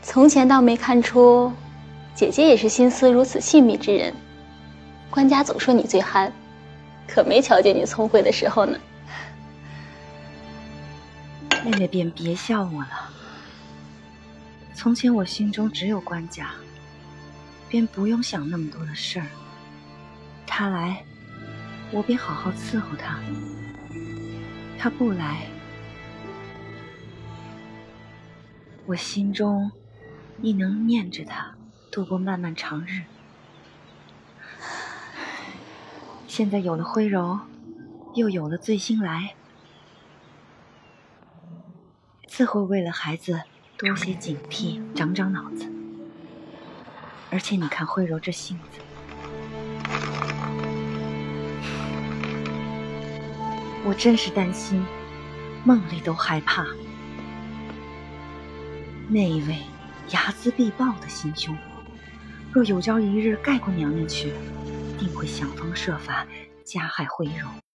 从前倒没看出，姐姐也是心思如此细密之人。官家总说你最憨，可没瞧见你聪慧的时候呢。 妹妹便别笑我了。从前我心中只有官家，便不用想那么多的事儿。他来，我便好好伺候他；他不来，我心中亦能念着他，度过漫漫长日。现在有了徽柔，又有了醉心来，自会为了孩子多些警惕，长长脑子。而且你看徽柔这性子，我真是担心，梦里都害怕。那一位睚眦必报的心胸，若有朝一日盖过娘娘去，定会想方设法加害徽柔。